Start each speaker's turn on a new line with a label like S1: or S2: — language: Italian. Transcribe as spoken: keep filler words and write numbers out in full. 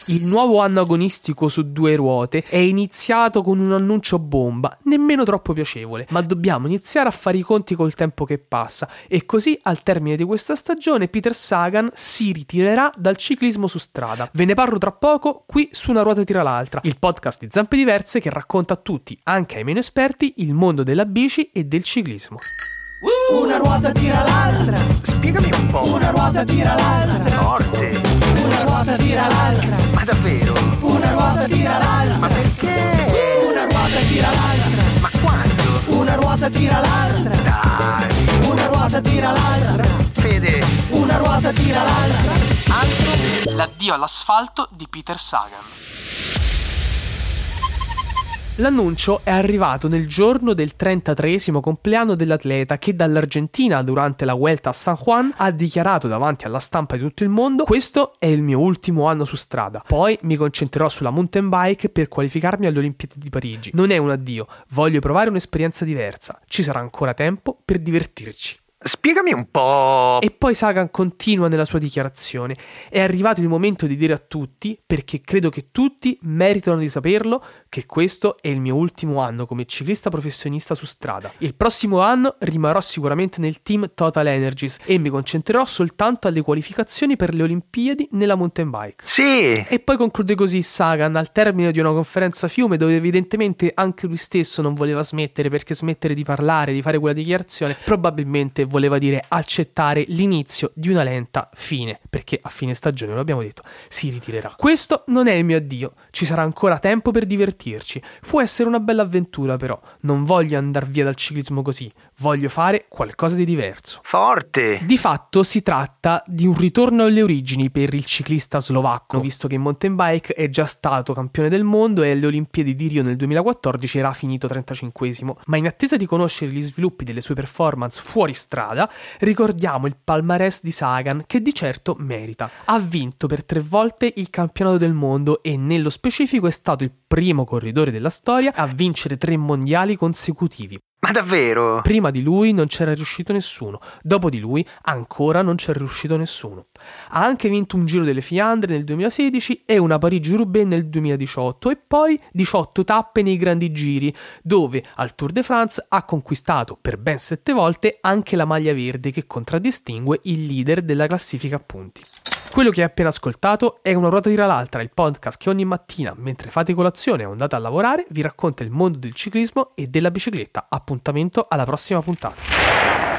S1: Il nuovo anno agonistico su due ruote è iniziato con un annuncio bomba, nemmeno troppo piacevole, ma dobbiamo iniziare a fare i conti col tempo che passa e così al termine di questa stagione Peter Sagan si ritirerà dal ciclismo su strada. Ve ne parlo tra poco qui su Una ruota tira l'altra, il podcast di Zampe Diverse che racconta a tutti, anche ai meno esperti, il mondo della bici e del ciclismo.
S2: Una ruota tira l'altra.
S3: Spiegami un po'.
S2: Una ruota tira l'altra.
S3: Forte.
S2: Una ruota tira l'altra.
S3: Ma davvero?
S2: Una ruota tira l'altra.
S3: Ma perché?
S2: Una ruota tira l'altra.
S3: Ma quando?
S2: Una ruota tira l'altra.
S3: Dai.
S2: Una ruota tira l'altra.
S3: Fede.
S2: Una ruota tira l'altra.
S3: Altro?
S1: L'addio all'asfalto di Peter Sagan. L'annuncio è arrivato nel giorno del trentatreesimo compleanno dell'atleta che dall'Argentina durante la Vuelta a San Juan ha dichiarato davanti alla stampa di tutto il mondo: questo è il mio ultimo anno su strada, poi mi concentrerò sulla mountain bike per qualificarmi alle Olimpiadi di Parigi. Non è un addio, voglio provare un'esperienza diversa, ci sarà ancora tempo per divertirci.
S3: Spiegami un po'.
S1: E poi Sagan continua nella sua dichiarazione: è arrivato il momento di dire a tutti, perché credo che tutti meritano di saperlo, che questo è il mio ultimo anno come ciclista professionista su strada. Il prossimo anno rimarrò sicuramente nel team Total Energies e mi concentrerò soltanto alle qualificazioni per le Olimpiadi nella mountain bike.
S3: Sì.
S1: E poi conclude così Sagan al termine di una conferenza fiume dove evidentemente anche lui stesso non voleva smettere, perché smettere di parlare, di fare quella dichiarazione, probabilmente voleva dire accettare l'inizio di una lenta fine, perché a fine stagione, lo abbiamo detto, si ritirerà. Questo non è il mio addio, ci sarà ancora tempo per divertirci, può essere una bella avventura, però non voglio andare via dal ciclismo così, voglio fare qualcosa di diverso.
S3: Forte.
S1: Di fatto si tratta di un ritorno alle origini per il ciclista slovacco, visto che in mountain bike è già stato campione del mondo e alle Olimpiadi di Rio nel duemilaquattordici era finito trentacinquesimo. Ma in attesa di conoscere gli sviluppi delle sue performance fuori strada, ricordiamo il palmarès di Sagan, che di certo merita. Ha vinto per tre volte il campionato del mondo e nello specifico è stato il primo corridore della storia a vincere tre mondiali consecutivi.
S3: Ma davvero?
S1: Prima di lui non c'era riuscito nessuno, dopo di lui ancora non c'è riuscito nessuno. Ha anche vinto un Giro delle Fiandre nel duemilasedici e una Parigi-Roubaix nel duemiladiciotto e poi diciotto tappe nei grandi giri, dove al Tour de France ha conquistato per ben sette volte anche la maglia verde che contraddistingue il leader della classifica a punti. Quello che hai appena ascoltato è Una ruota tira l'altra, il podcast che ogni mattina, mentre fate colazione o andate a lavorare, vi racconta il mondo del ciclismo e della bicicletta. Appuntamento alla prossima puntata.